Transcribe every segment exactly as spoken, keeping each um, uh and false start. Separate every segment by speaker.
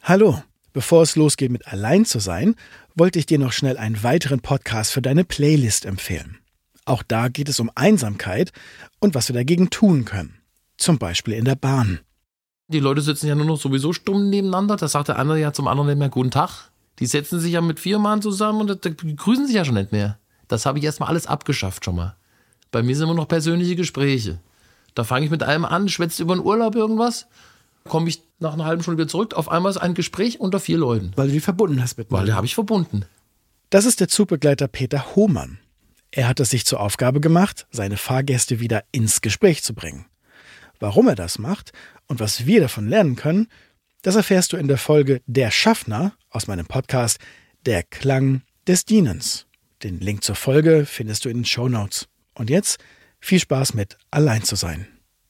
Speaker 1: Hallo, bevor es losgeht mit Allein zu sein, wollte ich dir noch schnell einen weiteren Podcast für deine Playlist empfehlen. Auch da geht es um Einsamkeit und was wir dagegen tun können. Zum Beispiel in der Bahn.
Speaker 2: Die Leute sitzen ja nur noch sowieso stumm nebeneinander. Da sagt der eine ja zum anderen nicht mehr Guten Tag. Die setzen sich ja mit vier Mann zusammen und da grüßen sich ja schon nicht mehr. Das habe ich erstmal alles abgeschafft schon mal. Bei mir sind immer noch persönliche Gespräche. Da fange ich mit einem an, schwätzt über den Urlaub irgendwas, komme ich nach einer halben Stunde wieder zurück. Auf einmal ist ein Gespräch unter vier Leuten.
Speaker 1: Weil du die verbunden hast mit mir.
Speaker 2: Weil die habe ich verbunden.
Speaker 1: Das ist der Zugbegleiter Peter Hohmann. Er hat es sich zur Aufgabe gemacht, seine Fahrgäste wieder ins Gespräch zu bringen. Warum er das macht und was wir davon lernen können, das erfährst du in der Folge Der Schaffner aus meinem Podcast Der Klang des Dienens. Den Link zur Folge findest du in den Shownotes. Und jetzt viel Spaß mit Allein zu sein.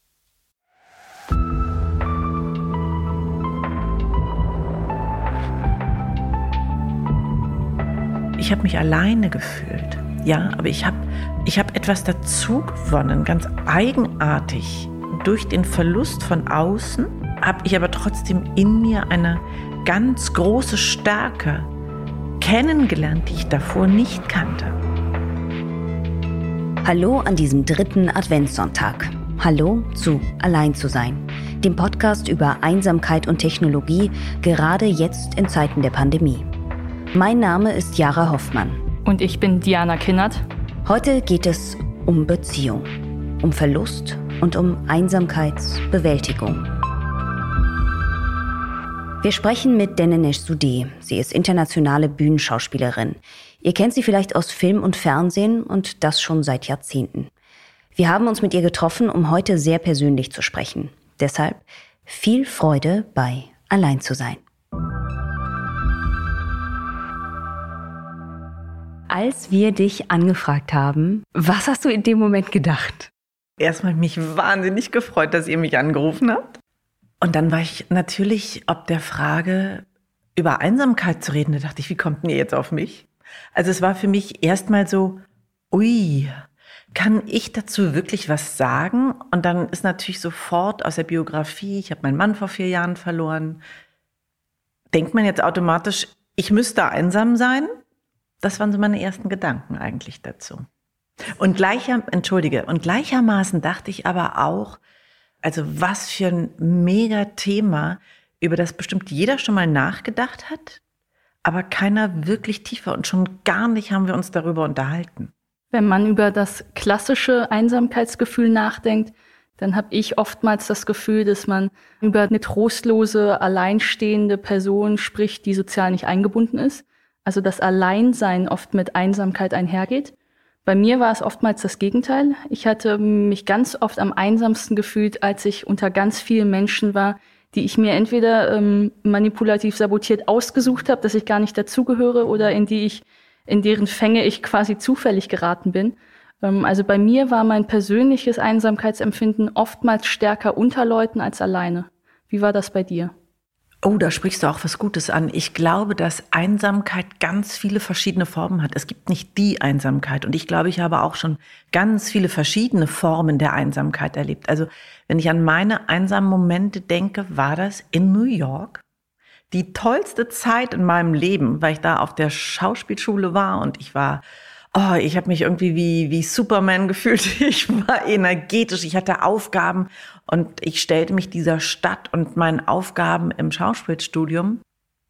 Speaker 3: Ich habe mich alleine gefühlt, ja, aber ich habe ich hab etwas dazu gewonnen, ganz eigenartig. Durch den Verlust von außen habe ich aber trotzdem in mir eine ganz große Stärke kennengelernt, die ich davor nicht kannte.
Speaker 4: Hallo an diesem dritten Adventssonntag. Hallo zu Allein zu sein, dem Podcast über Einsamkeit und Technologie, gerade jetzt in Zeiten der Pandemie. Mein Name ist Jara Hoffmann.
Speaker 5: Und ich bin Diana Kinnert.
Speaker 4: Heute geht es um Beziehung, um Verlust und um Einsamkeitsbewältigung. Wir sprechen mit Denenesh Sudeh. Sie ist internationale Bühnenschauspielerin. Ihr kennt sie vielleicht aus Film und Fernsehen und das schon seit Jahrzehnten. Wir haben uns mit ihr getroffen, um heute sehr persönlich zu sprechen. Deshalb viel Freude bei Allein zu sein. Als wir dich angefragt haben, was hast du in dem Moment gedacht?
Speaker 3: Erstmal mich wahnsinnig gefreut, dass ihr mich angerufen habt. Und dann war ich natürlich ob der Frage, über Einsamkeit zu reden. Da dachte ich, wie kommt denn ihr jetzt auf mich? Also es war für mich erstmal so, ui, kann ich dazu wirklich was sagen? Und dann ist natürlich sofort aus der Biografie, ich habe meinen Mann vor vier Jahren verloren, denkt man jetzt automatisch, ich müsste einsam sein? Das waren so meine ersten Gedanken eigentlich dazu. Und gleicher, entschuldige, und gleichermaßen dachte ich aber auch, also was für ein mega Thema, über das bestimmt jeder schon mal nachgedacht hat, aber keiner wirklich tiefer und schon gar nicht haben wir uns darüber unterhalten.
Speaker 5: Wenn man über das klassische Einsamkeitsgefühl nachdenkt, dann habe ich oftmals das Gefühl, dass man über eine trostlose, alleinstehende Person spricht, die sozial nicht eingebunden ist. Also das Alleinsein oft mit Einsamkeit einhergeht. Bei mir war es oftmals das Gegenteil. Ich hatte mich ganz oft am einsamsten gefühlt, als ich unter ganz vielen Menschen war, die ich mir entweder ähm, manipulativ sabotiert ausgesucht habe, dass ich gar nicht dazugehöre, oder in die ich, in deren Fänge ich quasi zufällig geraten bin. Ähm, also bei mir war mein persönliches Einsamkeitsempfinden oftmals stärker unter Leuten als alleine. Wie war das bei dir?
Speaker 3: Oh, da sprichst du auch was Gutes an. Ich glaube, dass Einsamkeit ganz viele verschiedene Formen hat. Es gibt nicht die Einsamkeit. Und ich glaube, ich habe auch schon ganz viele verschiedene Formen der Einsamkeit erlebt. Also wenn ich an meine einsamen Momente denke, war das in New York. Die tollste Zeit in meinem Leben, weil ich da auf der Schauspielschule war und ich war, oh, ich habe mich irgendwie wie wie Superman gefühlt. Ich war energetisch, ich hatte Aufgaben und ich stellte mich dieser Stadt und meinen Aufgaben im Schauspielstudium.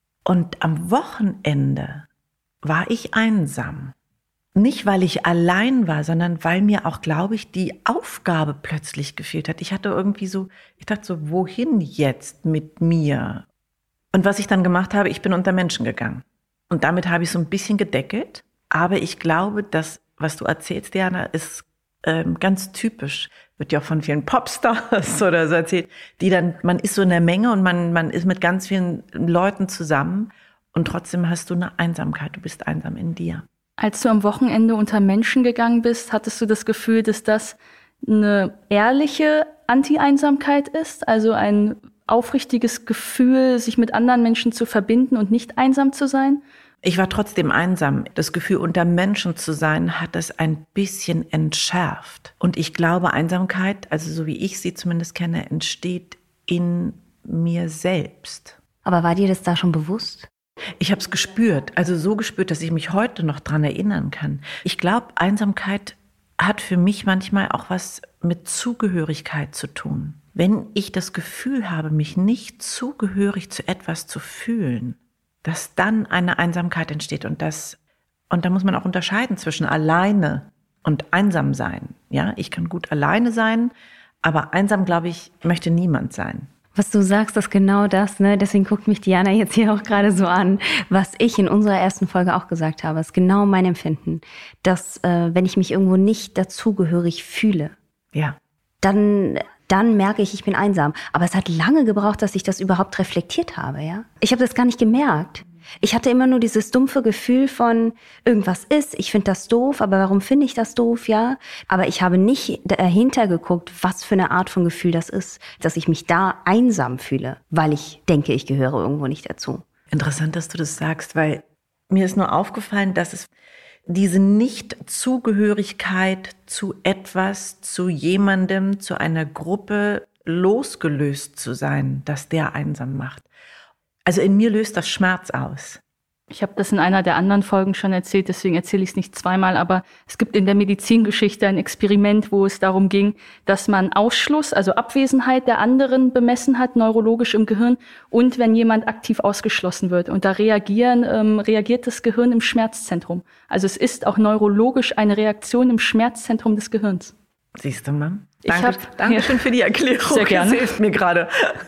Speaker 3: Und am Wochenende war ich einsam. Nicht, weil ich allein war, sondern weil mir auch, glaube ich, die Aufgabe plötzlich gefehlt hat. Ich hatte irgendwie so, ich dachte so, wohin jetzt mit mir? Und was ich dann gemacht habe, ich bin unter Menschen gegangen. Und damit habe ich so ein bisschen gedeckelt. Aber ich glaube, dass, was du erzählst, Diana, ist ähm, ganz typisch. Wird ja auch von vielen Popstars oder so erzählt, die dann, man ist so in der Menge und man, man ist mit ganz vielen Leuten zusammen und trotzdem hast du eine Einsamkeit, du bist einsam in dir.
Speaker 5: Als du am Wochenende unter Menschen gegangen bist, hattest du das Gefühl, dass das eine ehrliche Anti-Einsamkeit ist? Also ein aufrichtiges Gefühl, sich mit anderen Menschen zu verbinden und nicht einsam zu sein?
Speaker 3: Ich war trotzdem einsam. Das Gefühl, unter Menschen zu sein, hat das ein bisschen entschärft. Und ich glaube, Einsamkeit, also so wie ich sie zumindest kenne, entsteht in mir selbst.
Speaker 4: Aber war dir das da schon bewusst?
Speaker 3: Ich habe es gespürt, also so gespürt, dass ich mich heute noch dran erinnern kann. Ich glaube, Einsamkeit hat für mich manchmal auch was mit Zugehörigkeit zu tun. Wenn ich das Gefühl habe, mich nicht zugehörig zu etwas zu fühlen, dass dann eine Einsamkeit entsteht und das, und da muss man auch unterscheiden zwischen alleine und einsam sein. Ja, ich kann gut alleine sein, aber einsam, glaube ich, möchte niemand sein.
Speaker 4: Was du sagst, ist genau das, ne? Deswegen guckt mich Diana jetzt hier auch gerade so an, was ich in unserer ersten Folge auch gesagt habe. Das ist genau mein Empfinden, dass äh, wenn ich mich irgendwo nicht dazugehörig fühle,
Speaker 3: ja,
Speaker 4: dann dann merke ich, ich bin einsam. Aber es hat lange gebraucht, dass ich das überhaupt reflektiert habe, ja. Ich habe das gar nicht gemerkt. Ich hatte immer nur dieses dumpfe Gefühl von, irgendwas ist, ich finde das doof, aber warum finde ich das doof, ja? Aber ich habe nicht dahinter geguckt, was für eine Art von Gefühl das ist, dass ich mich da einsam fühle, weil ich denke, ich gehöre irgendwo nicht dazu.
Speaker 3: Interessant, dass du das sagst, weil mir ist nur aufgefallen, dass es diese Nicht-Zugehörigkeit zu etwas, zu jemandem, zu einer Gruppe losgelöst zu sein, dass der einsam macht. Also in mir löst das Schmerz aus.
Speaker 5: Ich habe das in einer der anderen Folgen schon erzählt, deswegen erzähle ich es nicht zweimal, aber es gibt in der Medizingeschichte ein Experiment, wo es darum ging, dass man Ausschluss, also Abwesenheit der anderen bemessen hat, neurologisch im Gehirn, und wenn jemand aktiv ausgeschlossen wird. Und da reagieren, ähm, reagiert das Gehirn im Schmerzzentrum. Also es ist auch neurologisch eine Reaktion im Schmerzzentrum des Gehirns.
Speaker 3: Siehst du mal?
Speaker 5: Ich
Speaker 3: Danke,
Speaker 5: hab,
Speaker 3: Dankeschön
Speaker 5: ja,
Speaker 3: für die Erklärung.
Speaker 5: Sehr gerne.
Speaker 3: Das hilft mir gerade.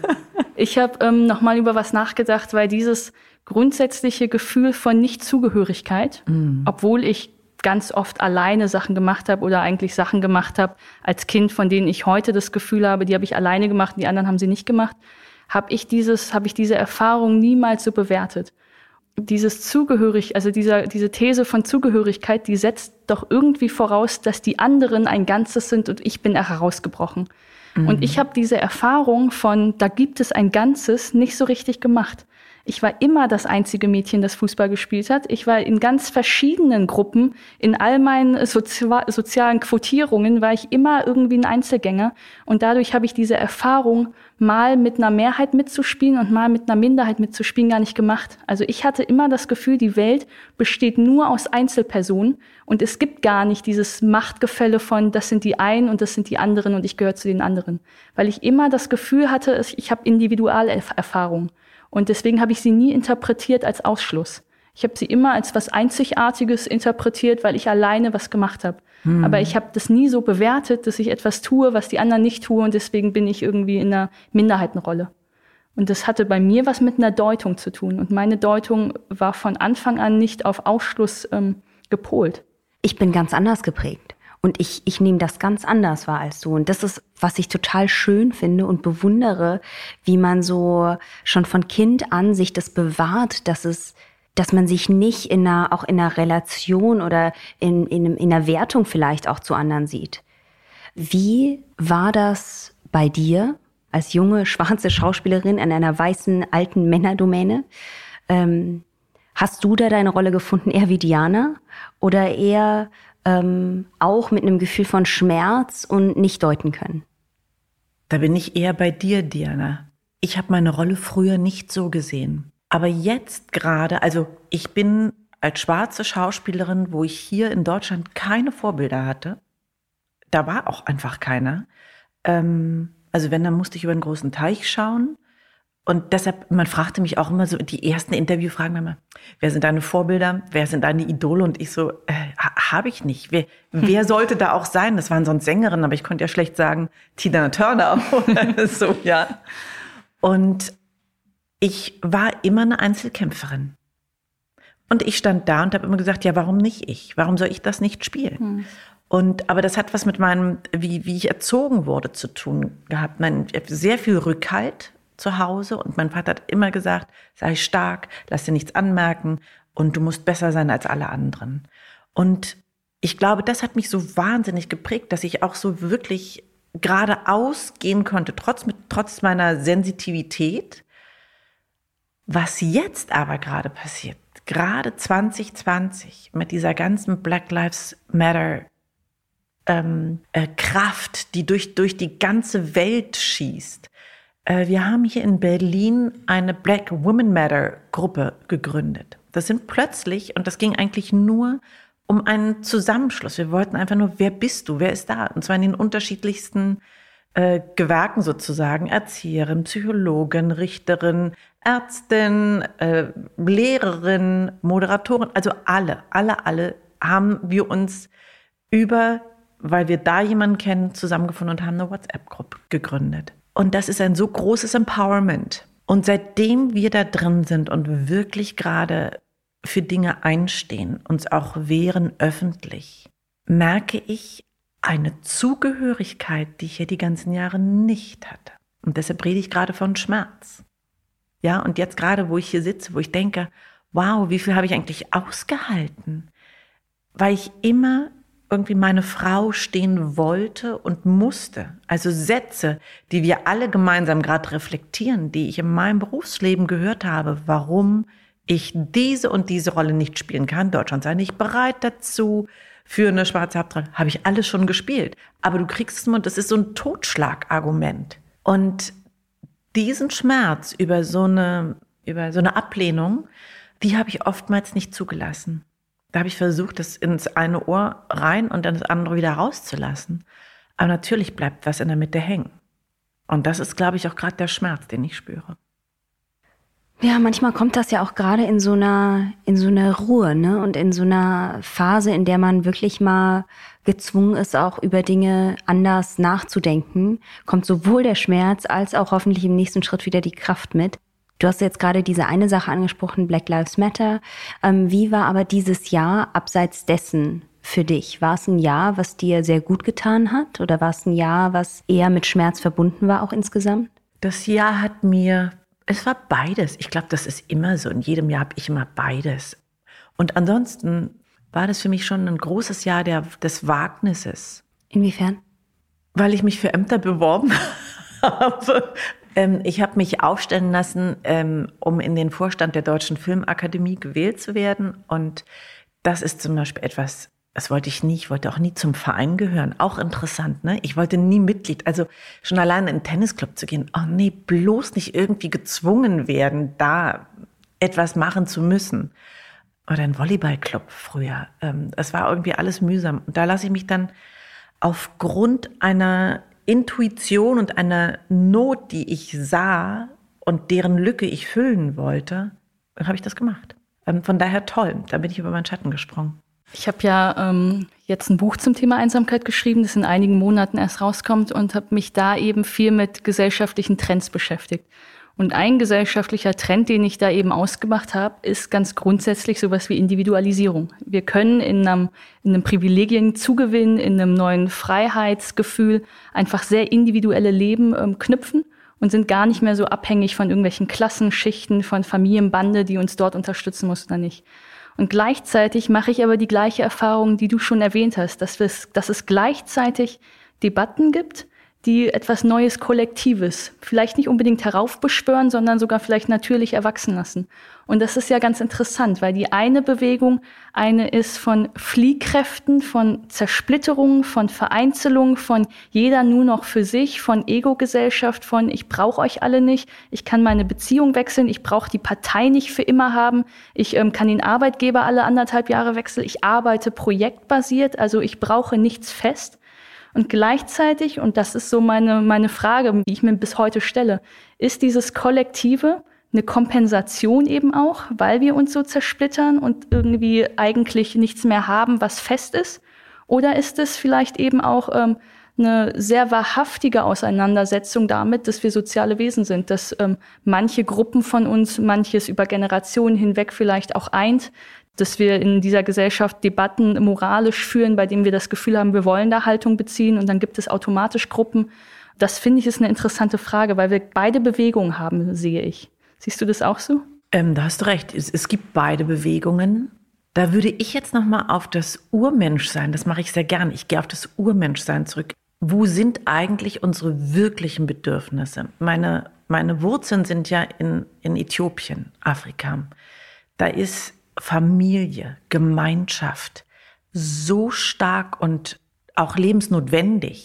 Speaker 5: Ich habe ähm, nochmal über was nachgedacht, weil dieses grundsätzliche Gefühl von Nichtzugehörigkeit, mhm. obwohl ich ganz oft alleine Sachen gemacht habe oder eigentlich Sachen gemacht habe als Kind, von denen ich heute das Gefühl habe, die habe ich alleine gemacht, die anderen haben sie nicht gemacht, habe ich dieses, habe ich diese Erfahrung niemals so bewertet. Dieses Zugehörig, also dieser, diese These von Zugehörigkeit, die setzt doch irgendwie voraus, dass die anderen ein Ganzes sind und ich bin herausgebrochen. Mhm. Und ich habe diese Erfahrung von, da gibt es ein Ganzes, nicht so richtig gemacht. Ich war immer das einzige Mädchen, das Fußball gespielt hat. Ich war in ganz verschiedenen Gruppen. In all meinen Sozi- sozialen Quotierungen war ich immer irgendwie ein Einzelgänger. Und dadurch habe ich diese Erfahrung, mal mit einer Mehrheit mitzuspielen und mal mit einer Minderheit mitzuspielen, gar nicht gemacht. Also ich hatte immer das Gefühl, die Welt besteht nur aus Einzelpersonen. Und es gibt gar nicht dieses Machtgefälle von, das sind die einen und das sind die anderen und ich gehöre zu den anderen. Weil ich immer das Gefühl hatte, ich habe Individualerfahrung. Und deswegen habe ich sie nie interpretiert als Ausschluss. Ich habe sie immer als was Einzigartiges interpretiert, weil ich alleine was gemacht habe. Hm. Aber ich habe das nie so bewertet, dass ich etwas tue, was die anderen nicht tun. Und deswegen bin ich irgendwie in einer Minderheitenrolle. Und das hatte bei mir was mit einer Deutung zu tun. Und meine Deutung war von Anfang an nicht auf Ausschluss ähm, gepolt.
Speaker 4: Ich bin ganz anders geprägt. Und ich, ich nehme das ganz anders wahr als du. Und das ist, was ich total schön finde und bewundere, wie man so schon von Kind an sich das bewahrt, dass es, dass man sich nicht in einer, auch in einer Relation oder in, in, in einer Wertung vielleicht auch zu anderen sieht. Wie war das bei dir als junge, schwarze Schauspielerin in einer weißen, alten Männerdomäne? Ähm, hast du da deine Rolle gefunden, eher wie Diana? Oder eher Ähm, auch mit einem Gefühl von Schmerz und nicht deuten können?
Speaker 3: Da bin ich eher bei dir, Diana. Ich habe meine Rolle früher nicht so gesehen. Aber jetzt gerade, also ich bin als schwarze Schauspielerin, wo ich hier in Deutschland keine Vorbilder hatte, da war auch einfach keiner. Ähm, also wenn, dann musste ich über einen großen Teich schauen. Und deshalb, man fragte mich auch immer so, die ersten Interviewfragen immer, wer sind deine Vorbilder, wer sind deine Idole? Und ich so, äh, habe ich nicht. Wer, wer sollte da auch sein? Das waren sonst Sängerinnen, aber ich konnte ja schlecht sagen, Tina Turner oder so, ja. Und ich war immer eine Einzelkämpferin. Und ich stand da und habe immer gesagt, ja, warum nicht ich? Warum soll ich das nicht spielen? Hm. Und, aber das hat was mit meinem, wie, wie ich erzogen wurde, zu tun gehabt. Mein, ich habe sehr viel Rückhalt zu Hause und mein Vater hat immer gesagt, sei stark, lass dir nichts anmerken und du musst besser sein als alle anderen. Und ich glaube, das hat mich so wahnsinnig geprägt, dass ich auch so wirklich geradeaus gehen konnte, trotz, mit, trotz meiner Sensitivität. Was jetzt aber gerade passiert, gerade zwanzig zwanzig mit dieser ganzen Black Lives Matter ähm, äh, Kraft, die durch, durch die ganze Welt schießt, Äh, wir haben hier in Berlin eine Black Women Matter Gruppe gegründet. Das sind plötzlich, und das ging eigentlich nur um einen Zusammenschluss. Wir wollten einfach nur, wer bist du, wer ist da? Und zwar in den unterschiedlichsten äh, Gewerken sozusagen. Erzieherin, Psychologin, Richterin, Ärztin, äh, Lehrerin, Moderatorin. Also alle, alle, alle haben wir uns über, weil wir da jemanden kennen, zusammengefunden und haben eine WhatsApp-Gruppe gegründet. Und das ist ein so großes Empowerment. Und seitdem wir da drin sind und wirklich gerade für Dinge einstehen, uns auch wehren öffentlich, merke ich eine Zugehörigkeit, die ich ja die ganzen Jahre nicht hatte. Und deshalb rede ich gerade von Schmerz. Ja, und jetzt gerade, wo ich hier sitze, wo ich denke, wow, wie viel habe ich eigentlich ausgehalten? Weil ich immer irgendwie meine Frau stehen wollte und musste. Also Sätze, die wir alle gemeinsam gerade reflektieren, die ich in meinem Berufsleben gehört habe, warum ich diese und diese Rolle nicht spielen kann. Deutschland sei nicht bereit dazu, für eine schwarze Hauptrolle. Habe ich alles schon gespielt. Aber du kriegst es nur, das ist so ein Totschlagargument. Und diesen Schmerz über so eine, über so eine Ablehnung, die habe ich oftmals nicht zugelassen. Da habe ich versucht, das ins eine Ohr rein und dann das andere wieder rauszulassen. Aber natürlich bleibt was in der Mitte hängen. Und das ist, glaube ich, auch gerade der Schmerz, den ich spüre.
Speaker 4: Ja, manchmal kommt das ja auch gerade in so einer, in so einer Ruhe, ne? Und in so einer Phase, in der man wirklich mal gezwungen ist, auch über Dinge anders nachzudenken, kommt sowohl der Schmerz als auch hoffentlich im nächsten Schritt wieder die Kraft mit. Du hast jetzt gerade diese eine Sache angesprochen, Black Lives Matter. Ähm, wie war aber dieses Jahr abseits dessen für dich? War es ein Jahr, was dir sehr gut getan hat? Oder war es ein Jahr, was eher mit Schmerz verbunden war, auch insgesamt?
Speaker 3: Das Jahr hat mir, es war beides. Ich glaube, das ist immer so. In jedem Jahr habe ich immer beides. Und ansonsten war das für mich schon ein großes Jahr der, des Wagnisses.
Speaker 4: Inwiefern?
Speaker 3: Weil ich mich für Ämter beworben habe. Ich habe mich aufstellen lassen, um in den Vorstand der Deutschen Filmakademie gewählt zu werden. Und das ist zum Beispiel etwas, das wollte ich nie. Ich wollte auch nie zum Verein gehören. Auch interessant, ne? Ich wollte nie Mitglied. Also schon allein in einen Tennisclub zu gehen. Oh nee, bloß nicht irgendwie gezwungen werden, da etwas machen zu müssen. Oder ein Volleyballclub früher. Das war irgendwie alles mühsam. Und da lasse ich mich dann aufgrund einer Intuition und einer Not, die ich sah und deren Lücke ich füllen wollte, habe ich das gemacht. Von daher toll, da bin ich über meinen Schatten gesprungen.
Speaker 5: Ich habe ja ähm, jetzt ein Buch zum Thema Einsamkeit geschrieben, das in einigen Monaten erst rauskommt und habe mich da eben viel mit gesellschaftlichen Trends beschäftigt. Und ein gesellschaftlicher Trend, den ich da eben ausgemacht habe, ist ganz grundsätzlich sowas wie Individualisierung. Wir können in einem, in einem Privilegienzugewinn, in einem neuen Freiheitsgefühl einfach sehr individuelle Leben ähm, knüpfen und sind gar nicht mehr so abhängig von irgendwelchen Klassenschichten, von Familienbande, die uns dort unterstützen muss oder nicht. Und gleichzeitig mache ich aber die gleiche Erfahrung, die du schon erwähnt hast, dass, dass es gleichzeitig Debatten gibt, die etwas Neues, Kollektives vielleicht nicht unbedingt heraufbeschwören, sondern sogar vielleicht natürlich erwachsen lassen. Und das ist ja ganz interessant, weil die eine Bewegung eine ist von Fliehkräften, von Zersplitterung, von Vereinzelung, von jeder nur noch für sich, von Ego-Gesellschaft, von ich brauche euch alle nicht, ich kann meine Beziehung wechseln, ich brauche die Partei nicht für immer haben, ich ähm, kann den Arbeitgeber alle anderthalb Jahre wechseln, ich arbeite projektbasiert, also ich brauche nichts fest. Und gleichzeitig, und das ist so meine, meine Frage, die ich mir bis heute stelle, ist dieses Kollektive eine Kompensation eben auch, weil wir uns so zersplittern und irgendwie eigentlich nichts mehr haben, was fest ist? Oder ist es vielleicht eben auch ähm, eine sehr wahrhaftige Auseinandersetzung damit, dass wir soziale Wesen sind, dass ähm, manche Gruppen von uns, manches über Generationen hinweg vielleicht auch eint, dass wir in dieser Gesellschaft Debatten moralisch führen, bei denen wir das Gefühl haben, wir wollen da Haltung beziehen und dann gibt es automatisch Gruppen. Das finde ich ist eine interessante Frage, weil wir beide Bewegungen haben, sehe ich. Siehst du das auch so?
Speaker 3: Ähm, da hast du recht. Es, es gibt beide Bewegungen. Da würde ich jetzt noch mal auf das Urmenschsein, das mache ich sehr gerne, ich gehe auf das Urmenschsein zurück. Wo sind eigentlich unsere wirklichen Bedürfnisse? Meine, meine Wurzeln sind ja in, in Äthiopien, Afrika. Da ist Familie, Gemeinschaft so stark und auch lebensnotwendig.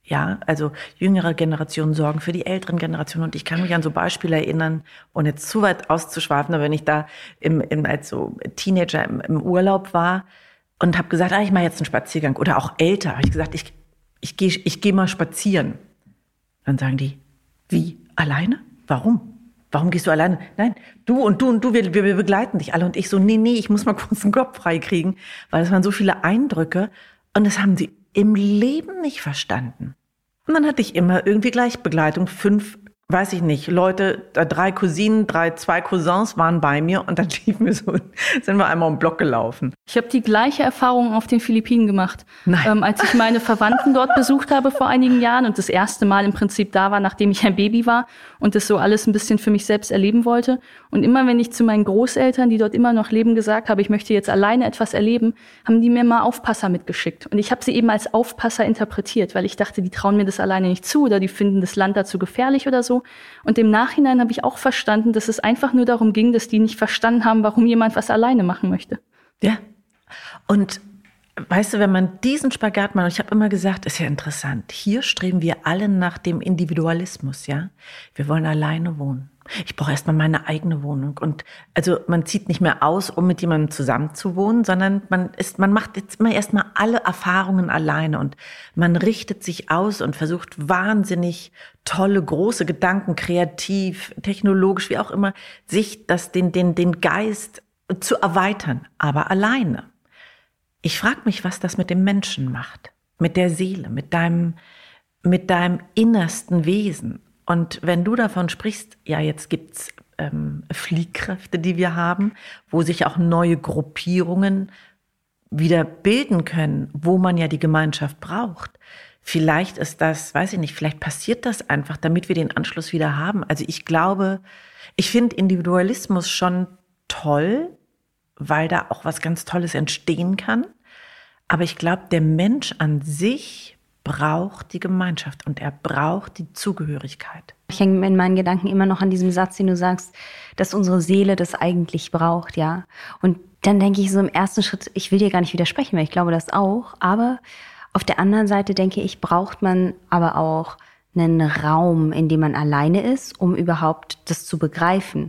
Speaker 3: Ja, also jüngere Generationen sorgen für die älteren Generationen. Und ich kann mich an so Beispiele erinnern, ohne jetzt zu weit auszuschweifen, aber wenn ich da im, im, als so Teenager im, im Urlaub war und habe gesagt, ah, ich mache jetzt einen Spaziergang. Oder auch älter, habe ich gesagt, ich, ich gehe ich geh mal spazieren. Dann sagen die, wie, alleine? Warum? Warum gehst du alleine? Nein, du und du und du, wir, wir begleiten dich alle. Und ich so, nee, nee, ich muss mal kurz den Kopf frei kriegen, weil es waren so viele Eindrücke und das haben sie im Leben nicht verstanden. Und dann hatte ich immer irgendwie gleich Begleitung. Fünf, weiß ich nicht, Leute, drei Cousinen, drei, zwei Cousins waren bei mir und dann liefen wir so, sind wir einmal um den Block gelaufen.
Speaker 5: Ich habe die gleiche Erfahrung auf den Philippinen gemacht.
Speaker 3: Nein.
Speaker 5: Ähm, als ich meine Verwandten dort besucht habe vor einigen Jahren und das erste Mal im Prinzip da war, nachdem ich ein Baby war und das so alles ein bisschen für mich selbst erleben wollte. Und immer wenn ich zu meinen Großeltern, die dort immer noch leben, gesagt habe, ich möchte jetzt alleine etwas erleben, haben die mir mal Aufpasser mitgeschickt. Und ich habe sie eben als Aufpasser interpretiert, weil ich dachte, die trauen mir das alleine nicht zu oder die finden das Land dazu gefährlich oder so. Und im Nachhinein habe ich auch verstanden, dass es einfach nur darum ging, dass die nicht verstanden haben, warum jemand was alleine machen möchte.
Speaker 3: Ja. Und weißt du, wenn man diesen Spagat macht, und ich habe immer gesagt, ist ja interessant, hier streben wir alle nach dem Individualismus, ja. Wir wollen alleine wohnen. Ich brauche erstmal meine eigene Wohnung. Und also man zieht nicht mehr aus, um mit jemandem zusammen zu wohnen, sondern man ist, man macht jetzt immer erstmal alle Erfahrungen alleine und man richtet sich aus und versucht wahnsinnig tolle, große Gedanken, kreativ, technologisch, wie auch immer, sich das, den, den, den Geist zu erweitern, aber alleine. Ich frage mich, was das mit dem Menschen macht, mit der Seele, mit deinem, mit deinem innersten Wesen. Und wenn du davon sprichst, ja, jetzt gibt's ähm, Fliehkräfte, die wir haben, wo sich auch neue Gruppierungen wieder bilden können, wo man ja die Gemeinschaft braucht. Vielleicht ist das, weiß ich nicht, vielleicht passiert das einfach, damit wir den Anschluss wieder haben. Also ich glaube, ich finde Individualismus schon toll, weil da auch was ganz Tolles entstehen kann. Aber ich glaube, der Mensch an sich braucht die Gemeinschaft und er braucht die Zugehörigkeit.
Speaker 4: Ich hänge in meinen Gedanken immer noch an diesem Satz, den du sagst, dass unsere Seele das eigentlich braucht, ja. Und dann denke ich so im ersten Schritt, ich will dir gar nicht widersprechen, weil ich glaube das auch. Aber auf der anderen Seite denke ich, braucht man aber auch einen Raum, in dem man alleine ist, um überhaupt das zu begreifen,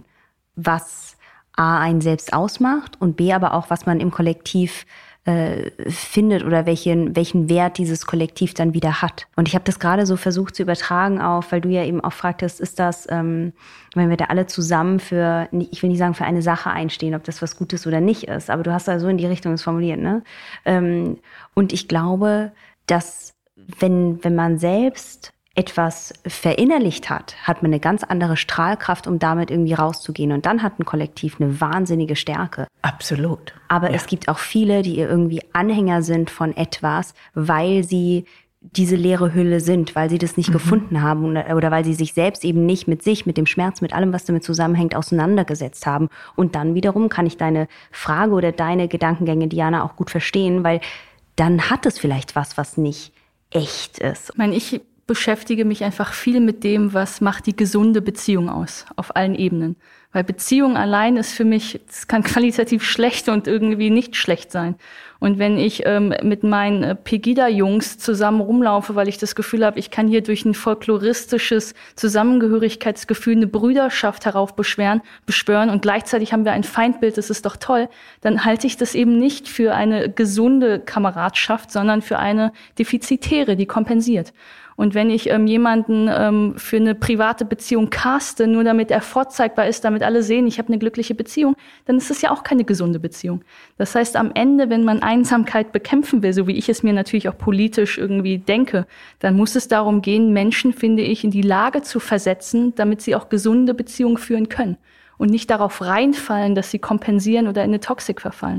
Speaker 4: was A, einen selbst ausmacht und B, aber auch, was man im Kollektiv äh, findet oder welchen, welchen Wert dieses Kollektiv dann wieder hat. Und ich habe das gerade so versucht zu übertragen auf, weil du ja eben auch fragtest, ist das, ähm, wenn wir da alle zusammen für, ich will nicht sagen für eine Sache einstehen, ob das was Gutes oder nicht ist, aber du hast da so in die Richtung es formuliert, ne? Ähm, und ich glaube, dass wenn, wenn man selbst etwas verinnerlicht hat, hat man eine ganz andere Strahlkraft, um damit irgendwie rauszugehen. Und dann hat ein Kollektiv eine wahnsinnige Stärke.
Speaker 3: Absolut.
Speaker 4: Aber
Speaker 3: ja.
Speaker 4: Es gibt auch viele, die irgendwie Anhänger sind von etwas, weil sie diese leere Hülle sind, weil sie das nicht mhm. gefunden haben oder weil sie sich selbst eben nicht mit sich, mit dem Schmerz, mit allem, was damit zusammenhängt, auseinandergesetzt haben. Und dann wiederum kann ich deine Frage oder deine Gedankengänge, Diana, auch gut verstehen, weil dann hat es vielleicht was, was nicht echt ist.
Speaker 5: Ich meine, ich beschäftige mich einfach viel mit dem, was macht die gesunde Beziehung aus, auf allen Ebenen. Weil Beziehung allein ist für mich, es kann qualitativ schlecht und irgendwie nicht schlecht sein. Und wenn ich ähm, mit meinen äh, Pegida-Jungs zusammen rumlaufe, weil ich das Gefühl habe, ich kann hier durch ein folkloristisches Zusammengehörigkeitsgefühl eine Brüderschaft heraufbeschwören beschwören und gleichzeitig haben wir ein Feindbild, das ist doch toll, dann halte ich das eben nicht für eine gesunde Kameradschaft, sondern für eine defizitäre, die kompensiert. Und wenn ich ähm, jemanden ähm, für eine private Beziehung caste, nur damit er vorzeigbar ist, damit alle sehen, ich habe eine glückliche Beziehung, dann ist es ja auch keine gesunde Beziehung. Das heißt, am Ende, wenn man Einsamkeit bekämpfen will, so wie ich es mir natürlich auch politisch irgendwie denke, dann muss es darum gehen, Menschen, finde ich, in die Lage zu versetzen, damit sie auch gesunde Beziehungen führen können. Und nicht darauf reinfallen, dass sie kompensieren oder in eine Toxik verfallen.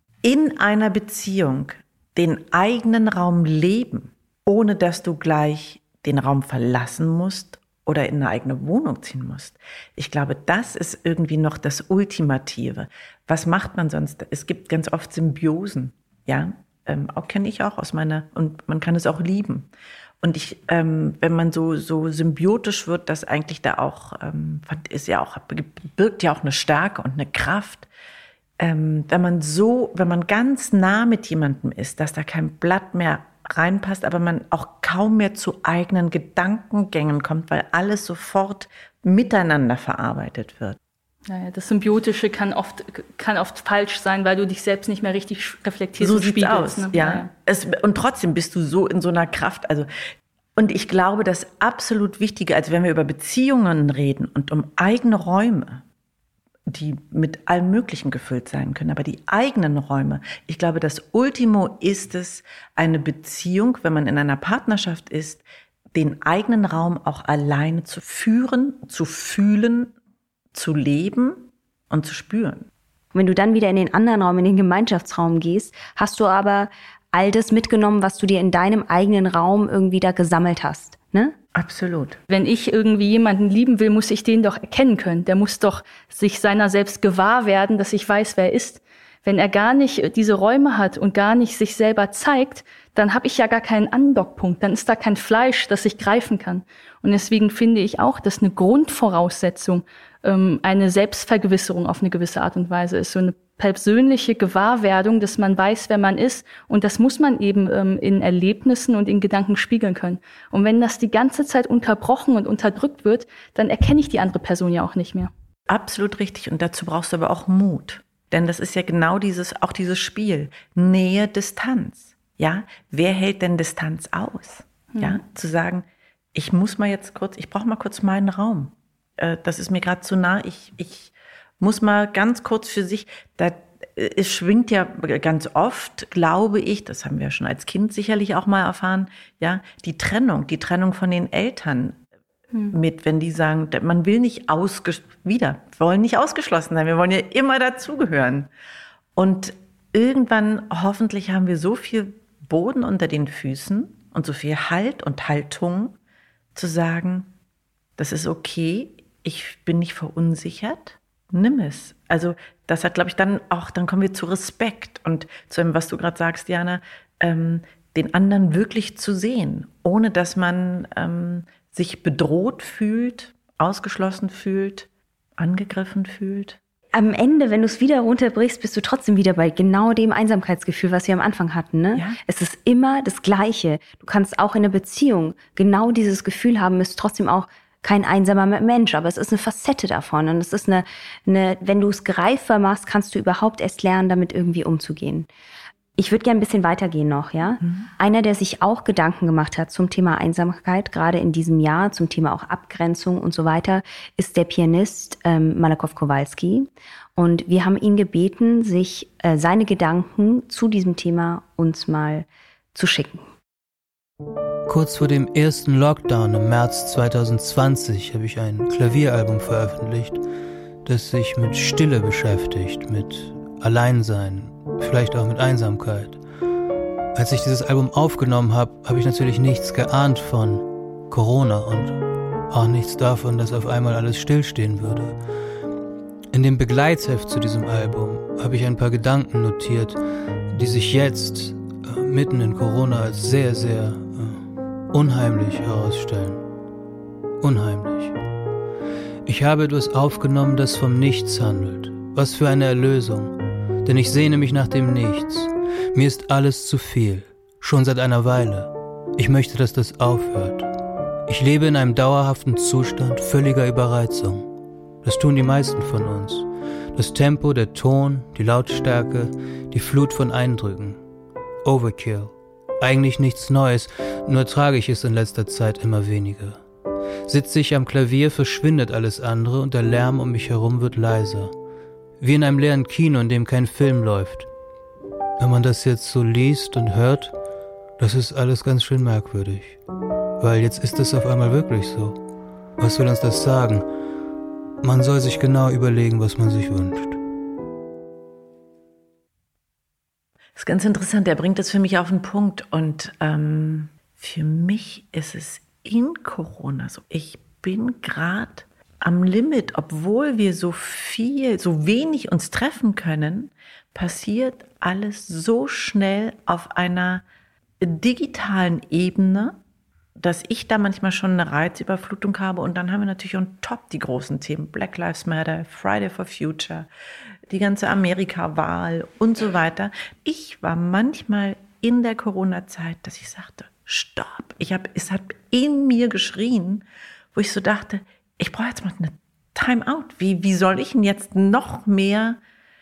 Speaker 3: In einer Beziehung den eigenen Raum leben, ohne dass du gleich den Raum verlassen musst oder in eine eigene Wohnung ziehen musst. Ich glaube, das ist irgendwie noch das Ultimative. Was macht man sonst? Es gibt ganz oft Symbiosen, ja, ähm, auch kenne ich auch aus meiner, und man kann es auch lieben. Und ich, ähm, wenn man so so symbiotisch wird, das eigentlich da auch ähm, ist ja auch birgt ja auch eine Stärke und eine Kraft. Ähm, wenn man so, wenn man ganz nah mit jemandem ist, dass da kein Blatt mehr reinpasst, aber man auch kaum mehr zu eigenen Gedankengängen kommt, weil alles sofort miteinander verarbeitet wird.
Speaker 5: Naja, das Symbiotische kann oft, kann oft falsch sein, weil du dich selbst nicht mehr richtig reflektierst.
Speaker 3: So
Speaker 5: und
Speaker 3: sieht's aus,
Speaker 5: ne?
Speaker 3: ja.
Speaker 5: Naja.
Speaker 3: Es, und trotzdem bist du so in so einer Kraft. Also, und ich glaube, das absolut Wichtige, also wenn wir über Beziehungen reden und um eigene Räume, die mit allem Möglichen gefüllt sein können, aber die eigenen Räume, ich glaube, das Ultimo ist es, eine Beziehung, wenn man in einer Partnerschaft ist, den eigenen Raum auch alleine zu führen, zu fühlen, zu leben und zu spüren.
Speaker 4: Wenn du dann wieder in den anderen Raum, in den Gemeinschaftsraum gehst, hast du aber all das mitgenommen, was du dir in deinem eigenen Raum irgendwie da gesammelt hast, ne?
Speaker 3: Absolut.
Speaker 5: Wenn ich irgendwie jemanden lieben will, muss ich den doch erkennen können. Der muss doch sich seiner selbst gewahr werden, dass ich weiß, wer er ist. Wenn er gar nicht diese Räume hat und gar nicht sich selber zeigt, dann habe ich ja gar keinen Andockpunkt. Dann ist da kein Fleisch, das ich greifen kann. Und deswegen finde ich auch, dass eine Grundvoraussetzung ähm, eine Selbstvergewisserung auf eine gewisse Art und Weise ist. So eine persönliche Gewahrwerdung, dass man weiß, wer man ist. Und das muss man eben ähm, in Erlebnissen und in Gedanken spiegeln können. Und wenn das die ganze Zeit unterbrochen und unterdrückt wird, dann erkenne ich die andere Person ja auch nicht mehr.
Speaker 3: Absolut richtig. Und dazu brauchst du aber auch Mut. Denn das ist ja genau dieses, auch dieses Spiel. Nähe, Distanz. Ja, wer hält denn Distanz aus? Mhm. Ja, zu sagen, ich muss mal jetzt kurz, ich brauche mal kurz meinen Raum. Äh, das ist mir gerade zu nah. Ich, ich muss mal ganz kurz für sich, da, es schwingt ja ganz oft, glaube ich, das haben wir schon als Kind sicherlich auch mal erfahren, ja, die Trennung, die Trennung von den Eltern hm. mit, wenn die sagen, man will nicht ausges- wieder, wir wollen nicht ausgeschlossen sein, wir wollen ja immer dazugehören. Und irgendwann, hoffentlich, haben wir so viel Boden unter den Füßen und so viel Halt und Haltung, zu sagen, das ist okay, ich bin nicht verunsichert, nimm es. Also das hat, glaube ich, dann auch, dann kommen wir zu Respekt und zu dem, was du gerade sagst, Diana, ähm, den anderen wirklich zu sehen, ohne dass man ähm, sich bedroht fühlt, ausgeschlossen fühlt, angegriffen fühlt.
Speaker 4: Am Ende, wenn du es wieder runterbrichst, bist du trotzdem wieder bei genau dem Einsamkeitsgefühl, was wir am Anfang hatten. Ne? Ja. Es ist immer das Gleiche. Du kannst auch in einer Beziehung genau dieses Gefühl haben, bist trotzdem auch kein einsamer Mensch, aber es ist eine Facette davon. Und es ist eine, eine wenn du es greifbar machst, kannst du überhaupt erst lernen, damit irgendwie umzugehen. Ich würde gerne ein bisschen weitergehen noch, ja. Mhm. Einer, der sich auch Gedanken gemacht hat zum Thema Einsamkeit, gerade in diesem Jahr, zum Thema auch Abgrenzung und so weiter, ist der Pianist ähm, Malakoff Kowalski. Und wir haben ihn gebeten, sich äh, seine Gedanken zu diesem Thema uns mal zu schicken.
Speaker 6: Kurz vor dem ersten Lockdown im März zwanzig zwanzig habe ich ein Klavieralbum veröffentlicht, das sich mit Stille beschäftigt, mit Alleinsein, vielleicht auch mit Einsamkeit. Als ich dieses Album aufgenommen habe, habe ich natürlich nichts geahnt von Corona und auch nichts davon, dass auf einmal alles stillstehen würde. In dem Begleitheft zu diesem Album habe ich ein paar Gedanken notiert, die sich jetzt, äh, mitten in Corona, als sehr, sehr äh, unheimlich herausstellen. Unheimlich. Ich habe etwas aufgenommen, das vom Nichts handelt. Was für eine Erlösung. Denn ich sehne mich nach dem Nichts. Mir ist alles zu viel. Schon seit einer Weile. Ich möchte, dass das aufhört. Ich lebe in einem dauerhaften Zustand völliger Überreizung. Das tun die meisten von uns. Das Tempo, der Ton, die Lautstärke, die Flut von Eindrücken. Overkill. Eigentlich nichts Neues, nur trage ich es in letzter Zeit immer weniger. Sitze ich am Klavier, verschwindet alles andere und der Lärm um mich herum wird leiser. Wie in einem leeren Kino, in dem kein Film läuft. Wenn man das jetzt so liest und hört, das ist alles ganz schön merkwürdig. Weil jetzt ist es auf einmal wirklich so. Was will uns das sagen? Man soll sich genau überlegen, was man sich wünscht.
Speaker 3: Das ist ganz interessant, er bringt das für mich auf den Punkt. Und ähm, für mich ist es in Corona so. Ich bin gerade am Limit, obwohl wir so viel, so wenig uns treffen können, passiert alles so schnell auf einer digitalen Ebene, dass ich da manchmal schon eine Reizüberflutung habe. Und dann haben wir natürlich on top die großen Themen. Black Lives Matter, Friday for Future, die ganze Amerika-Wahl und so weiter. Ich war manchmal in der Corona-Zeit, dass ich sagte, stopp. Ich hab, es hat in mir geschrien, wo ich so dachte, ich brauche jetzt mal eine Time-out. Wie, wie soll ich denn jetzt noch mehr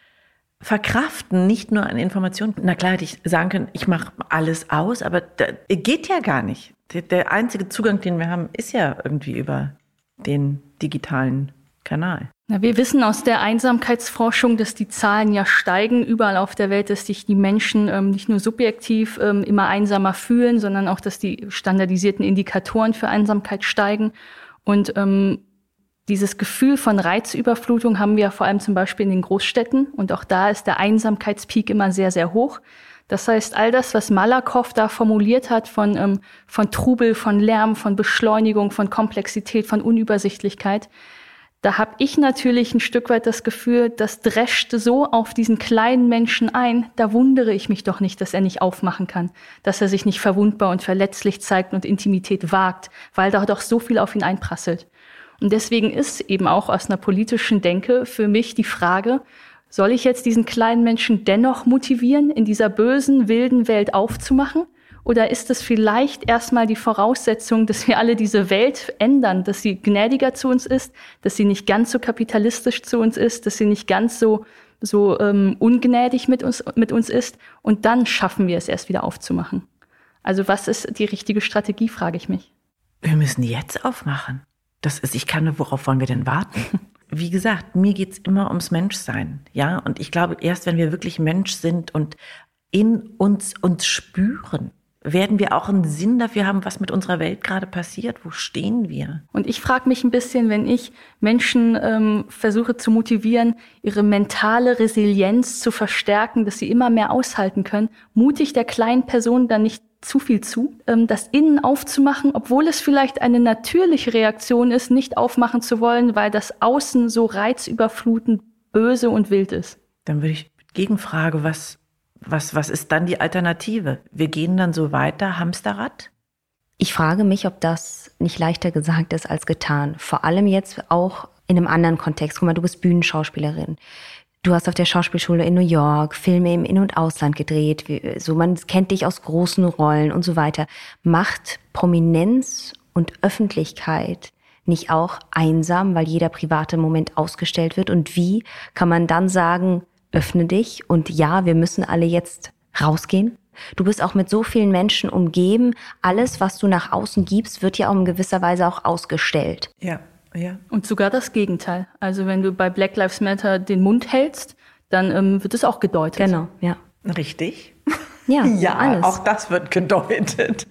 Speaker 3: verkraften, nicht nur an Informationen? Na klar hätte ich sagen können, ich mache alles aus, aber das geht ja gar nicht. Der, der einzige Zugang, den wir haben, ist ja irgendwie über den digitalen Kanal.
Speaker 5: Na, wir wissen aus der Einsamkeitsforschung, dass die Zahlen ja steigen überall auf der Welt, dass sich die Menschen ähm, nicht nur subjektiv ähm, immer einsamer fühlen, sondern auch, dass die standardisierten Indikatoren für Einsamkeit steigen. Und ähm, dieses Gefühl von Reizüberflutung haben wir vor allem zum Beispiel in den Großstädten. Und auch da ist der Einsamkeitspeak immer sehr, sehr hoch. Das heißt, all das, was Malakoff da formuliert hat von, ähm, von Trubel, von Lärm, von Beschleunigung, von Komplexität, von Unübersichtlichkeit, da habe ich natürlich ein Stück weit das Gefühl, das drescht so auf diesen kleinen Menschen ein, da wundere ich mich doch nicht, dass er nicht aufmachen kann, dass er sich nicht verwundbar und verletzlich zeigt und Intimität wagt, weil da doch so viel auf ihn einprasselt. Und deswegen ist eben auch aus einer politischen Denke für mich die Frage, soll ich jetzt diesen kleinen Menschen dennoch motivieren, in dieser bösen, wilden Welt aufzumachen? Oder ist es vielleicht erstmal die Voraussetzung, dass wir alle diese Welt ändern, dass sie gnädiger zu uns ist, dass sie nicht ganz so kapitalistisch zu uns ist, dass sie nicht ganz so, so ähm, ungnädig mit uns, mit uns ist? Und dann schaffen wir es erst wieder aufzumachen. Also was ist die richtige Strategie, frage ich mich.
Speaker 3: Wir müssen jetzt aufmachen. Das ist, ich kann nur, worauf wollen wir denn warten? Wie gesagt, mir geht's immer ums Menschsein. Ja? Und ich glaube, erst wenn wir wirklich Mensch sind und in uns uns spüren, werden wir auch einen Sinn dafür haben, was mit unserer Welt gerade passiert. Wo stehen wir?
Speaker 5: Und ich frage mich ein bisschen, wenn ich Menschen ähm, versuche zu motivieren, ihre mentale Resilienz zu verstärken, dass sie immer mehr aushalten können, mute ich der kleinen Person dann nicht zu viel zu, ähm, das Innen aufzumachen, obwohl es vielleicht eine natürliche Reaktion ist, nicht aufmachen zu wollen, weil das Außen so reizüberflutend, böse und wild ist.
Speaker 3: Dann würde ich gegenfragen, was Was, was ist dann die Alternative? Wir gehen dann so weiter, Hamsterrad?
Speaker 4: Ich frage mich, ob das nicht leichter gesagt ist als getan. Vor allem jetzt auch in einem anderen Kontext. Guck mal, du bist Bühnenschauspielerin. Du hast auf der Schauspielschule in New York Filme im In- und Ausland gedreht. So, man kennt dich aus großen Rollen und so weiter. Macht Prominenz und Öffentlichkeit nicht auch einsam, weil jeder private Moment ausgestellt wird? Und wie kann man dann sagen, öffne dich und ja, wir müssen alle jetzt rausgehen? Du bist auch mit so vielen Menschen umgeben. Alles, was du nach außen gibst, wird ja auch in gewisser Weise auch ausgestellt.
Speaker 3: Ja, ja.
Speaker 5: Und sogar das Gegenteil. Also wenn du bei Black Lives Matter den Mund hältst, dann ähm, wird es auch gedeutet.
Speaker 4: Genau, ja.
Speaker 3: Richtig?
Speaker 4: Ja,
Speaker 3: ja,
Speaker 4: alles.
Speaker 3: Auch das wird gedeutet.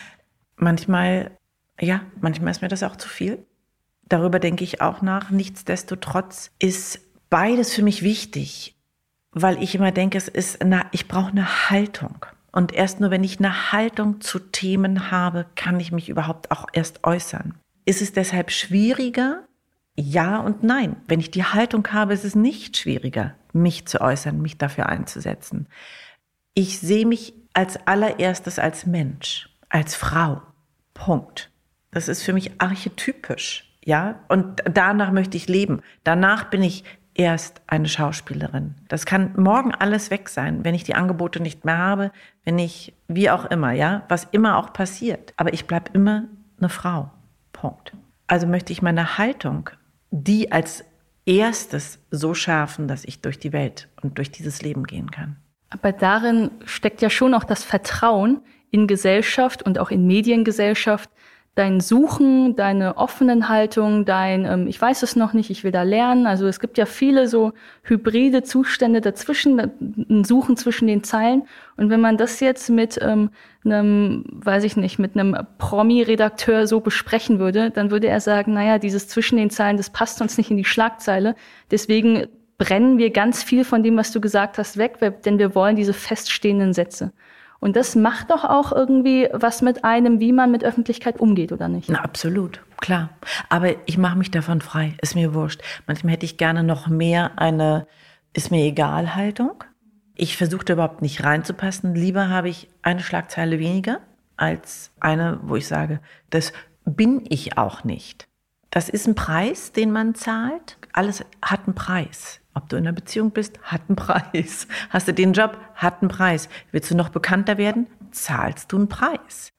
Speaker 3: Manchmal, ja, manchmal ist mir das auch zu viel. Darüber denke ich auch nach. Nichtsdestotrotz ist beides für mich wichtig. Weil ich immer denke, es ist eine, ich brauche eine Haltung. Und erst nur, wenn ich eine Haltung zu Themen habe, kann ich mich überhaupt auch erst äußern. Ist es deshalb schwieriger? Ja und nein. Wenn ich die Haltung habe, ist es nicht schwieriger, mich zu äußern, mich dafür einzusetzen. Ich sehe mich als allererstes als Mensch, als Frau. Punkt. Das ist für mich archetypisch. Ja? Und danach möchte ich leben. Danach bin ich erst eine Schauspielerin. Das kann morgen alles weg sein, wenn ich die Angebote nicht mehr habe, wenn ich, wie auch immer, ja, was immer auch passiert. Aber ich bleibe immer eine Frau. Punkt. Also möchte ich meine Haltung, die als erstes so schärfen, dass ich durch die Welt und durch dieses Leben gehen kann.
Speaker 5: Aber darin steckt ja schon auch das Vertrauen in Gesellschaft und auch in Mediengesellschaft, dein Suchen, deine offenen Haltung, dein, ähm, ich weiß es noch nicht, ich will da lernen. Also es gibt ja viele so hybride Zustände dazwischen, ein Suchen zwischen den Zeilen. Und wenn man das jetzt mit ähm, einem, weiß ich nicht, mit einem Promi-Redakteur so besprechen würde, dann würde er sagen, naja, dieses zwischen den Zeilen, das passt uns nicht in die Schlagzeile. Deswegen brennen wir ganz viel von dem, was du gesagt hast, weg, denn wir wollen diese feststehenden Sätze. Und das macht doch auch irgendwie was mit einem, wie man mit Öffentlichkeit umgeht, oder nicht?
Speaker 3: Na, absolut, klar. Aber ich mache mich davon frei, ist mir wurscht. Manchmal hätte ich gerne noch mehr eine Ist-mir-egal-Haltung. Ich versuche da überhaupt nicht reinzupassen. Lieber habe ich eine Schlagzeile weniger als eine, wo ich sage, das bin ich auch nicht. Das ist ein Preis, den man zahlt. Alles hat einen Preis. Ob du in einer Beziehung bist, hat einen Preis. Hast du den Job, hat einen Preis. Willst du noch bekannter werden, zahlst du einen Preis.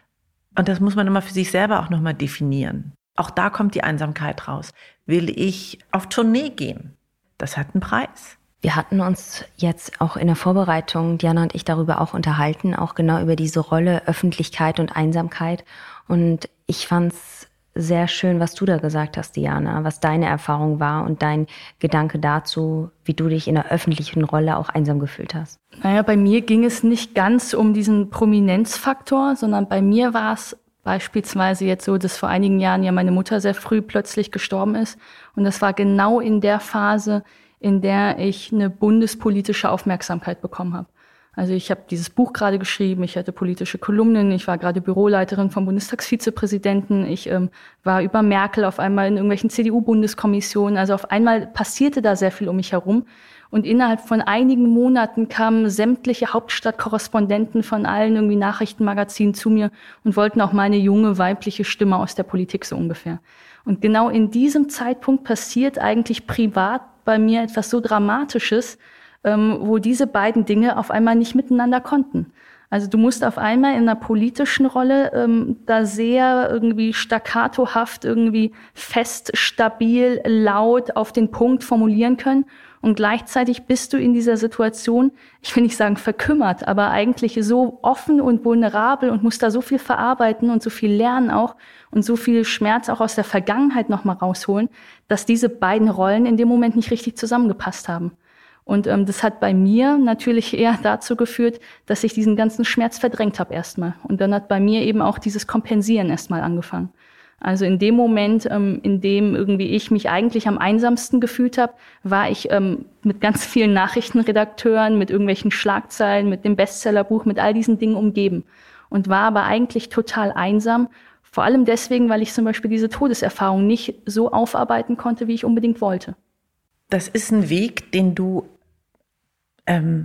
Speaker 3: Und das muss man immer für sich selber auch nochmal definieren. Auch da kommt die Einsamkeit raus. Will ich auf Tournee gehen? Das hat einen Preis.
Speaker 4: Wir hatten uns jetzt auch in der Vorbereitung, Diana und ich, darüber auch unterhalten, auch genau über diese Rolle Öffentlichkeit und Einsamkeit. Und ich fand's sehr schön, was du da gesagt hast, Diana, was deine Erfahrung war und dein Gedanke dazu, wie du dich in der öffentlichen Rolle auch einsam gefühlt hast.
Speaker 5: Naja, bei mir ging es nicht ganz um diesen Prominenzfaktor, sondern bei mir war es beispielsweise jetzt so, dass vor einigen Jahren ja meine Mutter sehr früh plötzlich gestorben ist. Und das war genau in der Phase, in der ich eine bundespolitische Aufmerksamkeit bekommen habe. Also ich habe dieses Buch gerade geschrieben, ich hatte politische Kolumnen, ich war gerade Büroleiterin vom Bundestagsvizepräsidenten, ich ähm, war über Merkel auf einmal in irgendwelchen C D U-Bundeskommissionen. Also auf einmal passierte da sehr viel um mich herum. Und innerhalb von einigen Monaten kamen sämtliche Hauptstadtkorrespondenten von allen irgendwie Nachrichtenmagazinen zu mir und wollten auch meine junge weibliche Stimme aus der Politik so ungefähr. Und genau in diesem Zeitpunkt passiert eigentlich privat bei mir etwas so Dramatisches, ähm, wo diese beiden Dinge auf einmal nicht miteinander konnten. Also du musst auf einmal in einer politischen Rolle ähm, da sehr irgendwie staccatohaft, irgendwie fest, stabil, laut auf den Punkt formulieren können. Und gleichzeitig bist du in dieser Situation, ich will nicht sagen verkümmert, aber eigentlich so offen und vulnerabel und musst da so viel verarbeiten und so viel lernen auch und so viel Schmerz auch aus der Vergangenheit nochmal rausholen, dass diese beiden Rollen in dem Moment nicht richtig zusammengepasst haben. Und ähm, das hat bei mir natürlich eher dazu geführt, dass ich diesen ganzen Schmerz verdrängt habe erstmal. Und dann hat bei mir eben auch dieses Kompensieren erstmal angefangen. Also in dem Moment, ähm, in dem irgendwie ich mich eigentlich am einsamsten gefühlt habe, war ich ähm, mit ganz vielen Nachrichtenredakteuren, mit irgendwelchen Schlagzeilen, mit dem Bestsellerbuch, mit all diesen Dingen umgeben. Und war aber eigentlich total einsam. Vor allem deswegen, weil ich zum Beispiel diese Todeserfahrung nicht so aufarbeiten konnte, wie ich unbedingt wollte.
Speaker 3: Das ist ein Weg, den du ähm,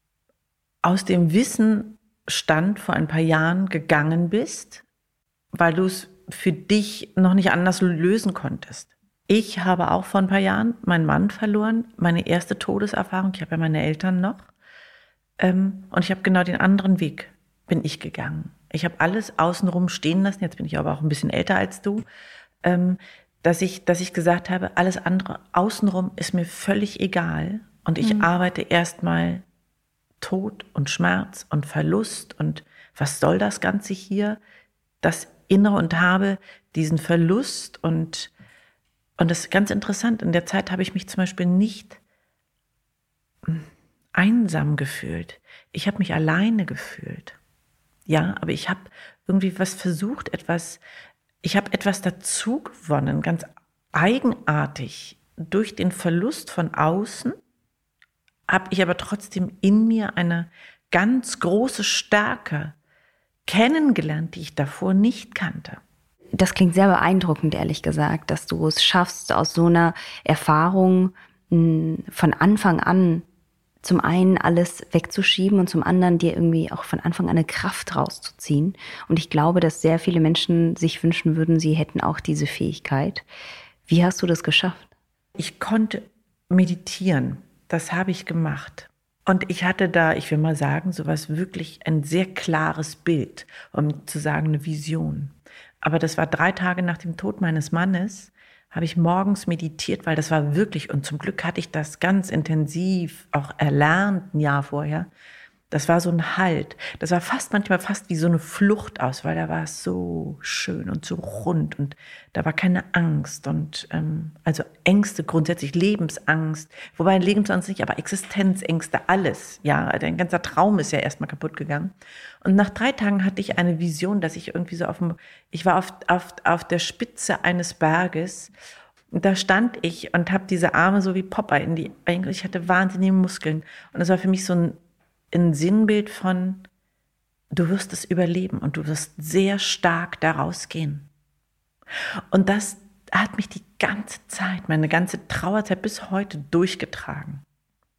Speaker 3: aus dem Wissensstand vor ein paar Jahren gegangen bist, weil du es für dich noch nicht anders lösen konntest. Ich habe auch vor ein paar Jahren meinen Mann verloren, meine erste Todeserfahrung. Ich habe ja meine Eltern noch. Ähm, und ich habe genau den anderen Weg bin ich gegangen. Ich habe alles außenrum stehen lassen. Jetzt bin ich aber auch ein bisschen älter als du. Ähm, dass ich, dass ich gesagt habe, alles andere außenrum ist mir völlig egal. Und ich mhm. arbeite erstmal Tod und Schmerz und Verlust. Und was soll das Ganze hier? Das Innere, und habe diesen Verlust. Und, und das ist ganz interessant. In der Zeit habe ich mich zum Beispiel nicht einsam gefühlt. Ich habe mich alleine gefühlt. Ja, aber ich habe irgendwie was versucht, etwas... Ich habe etwas dazu gewonnen, ganz eigenartig. Durch den Verlust von außen habe ich aber trotzdem in mir eine ganz große Stärke kennengelernt, die ich davor nicht kannte.
Speaker 4: Das klingt sehr beeindruckend, ehrlich gesagt, dass du es schaffst, aus so einer Erfahrung von Anfang an zum einen alles wegzuschieben und zum anderen dir irgendwie auch von Anfang an eine Kraft rauszuziehen. Und ich glaube, dass sehr viele Menschen sich wünschen würden, sie hätten auch diese Fähigkeit. Wie hast du das geschafft?
Speaker 3: Ich konnte meditieren. Das habe ich gemacht. Und ich hatte da, ich will mal sagen, sowas wirklich ein sehr klares Bild, um zu sagen, eine Vision. Aber das war drei Tage nach dem Tod meines Mannes, habe ich morgens meditiert, weil das war wirklich, und zum Glück hatte ich das ganz intensiv auch erlernt ein Jahr vorher. Das war so ein Halt. Das war fast manchmal fast wie so eine Flucht aus, weil da war es so schön und so rund und da war keine Angst und ähm, also Ängste grundsätzlich, Lebensangst, wobei Lebensangst nicht, aber Existenzängste, alles. Ja, dein ganzer Traum ist ja erstmal kaputt gegangen. Und nach drei Tagen hatte ich eine Vision, dass ich irgendwie so auf dem, ich war auf, auf, auf der Spitze eines Berges. Und da stand ich und habe diese Arme so wie Popeye in die, ich hatte wahnsinnige Muskeln. Und das war für mich so ein ein Sinnbild von, du wirst es überleben und du wirst sehr stark daraus gehen. Und das hat mich die ganze Zeit, meine ganze Trauerzeit bis heute durchgetragen.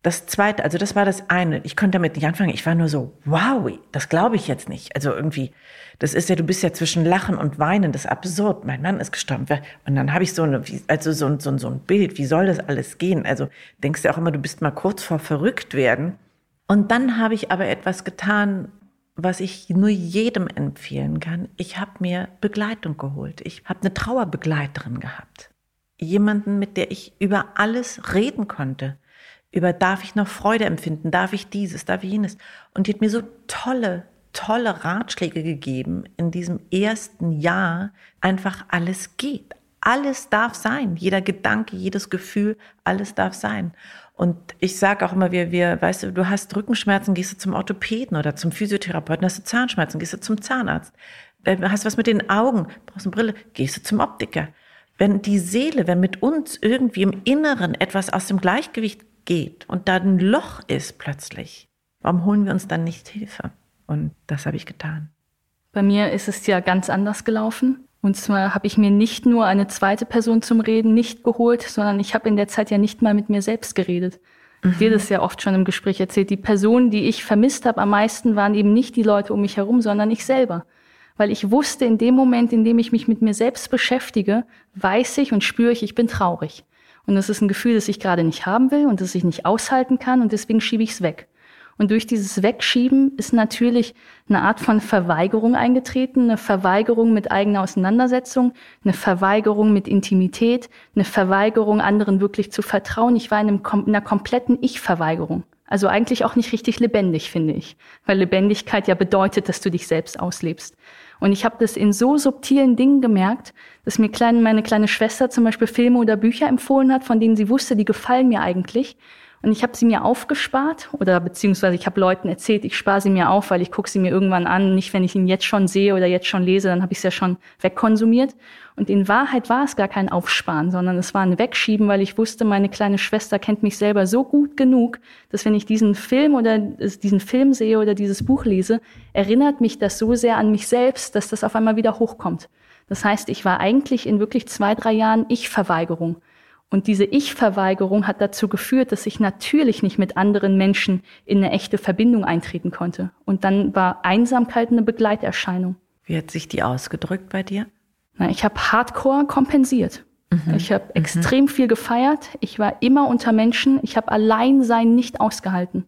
Speaker 3: Das Zweite, also das war das eine. Ich konnte damit nicht anfangen. Ich war nur so, wow, das glaube ich jetzt nicht. Also irgendwie, das ist ja, du bist ja zwischen Lachen und Weinen, das ist absurd. Mein Mann ist gestorben. Und dann habe ich so eine, also so ein, so ein, so ein Bild, wie soll das alles gehen? Also denkst du auch immer, du bist mal kurz vor verrückt werden. Und dann habe ich aber etwas getan, was ich nur jedem empfehlen kann. Ich habe mir Begleitung geholt. Ich habe eine Trauerbegleiterin gehabt. Jemanden, mit der ich über alles reden konnte. Über darf ich noch Freude empfinden, darf ich dieses, darf ich jenes. Und die hat mir so tolle, tolle Ratschläge gegeben in diesem ersten Jahr. Einfach alles geht. Alles darf sein. Jeder Gedanke, jedes Gefühl, alles darf sein. Und ich sage auch immer, wir, wir, weißt du, du hast Rückenschmerzen, gehst du zum Orthopäden oder zum Physiotherapeuten, hast du Zahnschmerzen, gehst du zum Zahnarzt. Hast was mit den Augen, brauchst eine Brille, gehst du zum Optiker. Wenn die Seele, wenn mit uns irgendwie im Inneren etwas aus dem Gleichgewicht geht und da ein Loch ist plötzlich, warum holen wir uns dann nicht Hilfe? Und das habe ich getan.
Speaker 5: Bei mir ist es ja ganz anders gelaufen. Und zwar habe ich mir nicht nur eine zweite Person zum Reden nicht geholt, sondern ich habe in der Zeit ja nicht mal mit mir selbst geredet. Mhm. Ich dir das ja oft schon im Gespräch erzählt. Die Personen, die ich vermisst habe am meisten, waren eben nicht die Leute um mich herum, sondern ich selber. Weil ich wusste, in dem Moment, in dem ich mich mit mir selbst beschäftige, weiß ich und spüre ich, ich bin traurig. Und das ist ein Gefühl, das ich gerade nicht haben will und das ich nicht aushalten kann und deswegen schiebe ich es weg. Und durch dieses Wegschieben ist natürlich eine Art von Verweigerung eingetreten, eine Verweigerung mit eigener Auseinandersetzung, eine Verweigerung mit Intimität, eine Verweigerung, anderen wirklich zu vertrauen. Ich war in, einem, in einer kompletten Ich-Verweigerung. Also eigentlich auch nicht richtig lebendig, finde ich. Weil Lebendigkeit ja bedeutet, dass du dich selbst auslebst. Und ich habe das in so subtilen Dingen gemerkt, dass mir klein, meine kleine Schwester zum Beispiel Filme oder Bücher empfohlen hat, von denen sie wusste, die gefallen mir eigentlich. Und ich habe sie mir aufgespart oder beziehungsweise ich habe Leuten erzählt, ich spare sie mir auf, weil ich gucke sie mir irgendwann an. Nicht, wenn ich ihn jetzt schon sehe oder jetzt schon lese, dann habe ich es ja schon wegkonsumiert. Und in Wahrheit war es gar kein Aufsparen, sondern es war ein Wegschieben, weil ich wusste, meine kleine Schwester kennt mich selber so gut genug, dass wenn ich diesen Film oder diesen Film sehe oder dieses Buch lese, erinnert mich das so sehr an mich selbst, dass das auf einmal wieder hochkommt. Das heißt, ich war eigentlich in wirklich zwei, drei Jahren Ich-Verweigerung. Und diese Ich-Verweigerung hat dazu geführt, dass ich natürlich nicht mit anderen Menschen in eine echte Verbindung eintreten konnte. Und dann war Einsamkeit eine Begleiterscheinung.
Speaker 3: Wie hat sich die ausgedrückt bei dir?
Speaker 5: Na, ich habe Hardcore kompensiert. Mhm. Ich habe mhm. extrem viel gefeiert. Ich war immer unter Menschen. Ich habe Alleinsein nicht ausgehalten.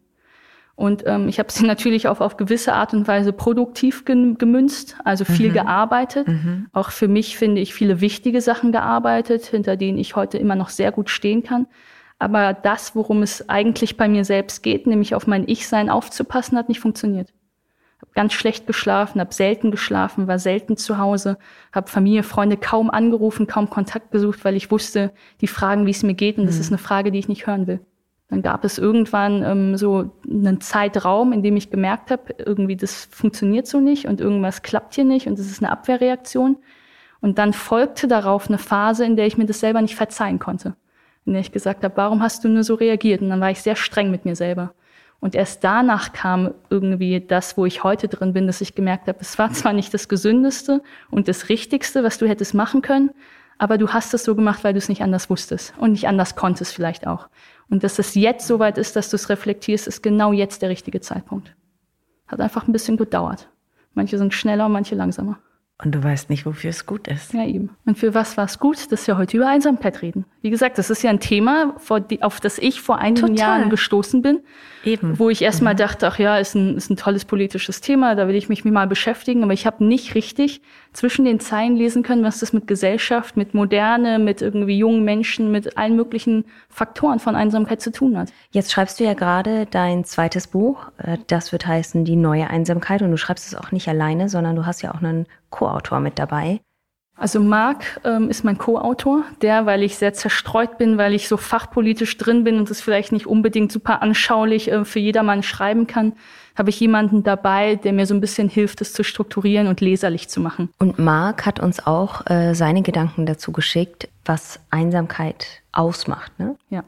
Speaker 5: Und ähm, ich habe sie natürlich auch auf gewisse Art und Weise produktiv gemünzt, also viel mhm. gearbeitet. Mhm. Auch für mich, finde ich, viele wichtige Sachen gearbeitet, hinter denen ich heute immer noch sehr gut stehen kann. Aber das, worum es eigentlich bei mir selbst geht, nämlich auf mein Ich-Sein aufzupassen, hat nicht funktioniert. Ich habe ganz schlecht geschlafen, habe selten geschlafen, war selten zu Hause, habe Familie, Freunde kaum angerufen, kaum Kontakt gesucht, weil ich wusste, die fragen, wie es mir geht, und das mhm. ist eine Frage, die ich nicht hören will. Dann gab es irgendwann ähm, so einen Zeitraum, in dem ich gemerkt habe, irgendwie das funktioniert so nicht und irgendwas klappt hier nicht und das ist eine Abwehrreaktion. Und dann folgte darauf eine Phase, in der ich mir das selber nicht verzeihen konnte. In der ich gesagt habe, warum hast du nur so reagiert? Und dann war ich sehr streng mit mir selber. Und erst danach kam irgendwie das, wo ich heute drin bin, dass ich gemerkt habe, es war zwar nicht das Gesündeste und das Richtigste, was du hättest machen können, aber du hast es so gemacht, weil du es nicht anders wusstest und nicht anders konntest vielleicht auch. Und dass es jetzt soweit ist, dass du es reflektierst, ist genau jetzt der richtige Zeitpunkt. Hat einfach ein bisschen gedauert. Manche sind schneller, manche langsamer.
Speaker 3: Und du weißt nicht, wofür es gut ist.
Speaker 5: Ja, eben. Und für was war es gut, dass wir heute über Einsamkeit reden? Wie gesagt, das ist ja ein Thema, auf das ich vor einigen Total. Jahren gestoßen bin. Eben. Wo ich erst mal mhm. dachte, ach ja, ist ein, ist ein tolles politisches Thema, da will ich mich mal beschäftigen. Aber ich habe nicht richtig zwischen den Zeilen lesen können, was das mit Gesellschaft, mit Moderne, mit irgendwie jungen Menschen, mit allen möglichen Faktoren von Einsamkeit zu tun hat.
Speaker 4: Jetzt schreibst du ja gerade dein zweites Buch. Das wird heißen Die neue Einsamkeit. Und du schreibst es auch nicht alleine, sondern du hast ja auch einen Co-Autor mit dabei.
Speaker 5: Also Marc ähm, ist mein Co-Autor, der, weil ich sehr zerstreut bin, weil ich so fachpolitisch drin bin und es vielleicht nicht unbedingt super anschaulich äh, für jedermann schreiben kann, habe ich jemanden dabei, der mir so ein bisschen hilft, es zu strukturieren und leserlich zu machen.
Speaker 4: Und Marc hat uns auch äh, seine Gedanken dazu geschickt, was Einsamkeit ausmacht, ne?
Speaker 5: Ja.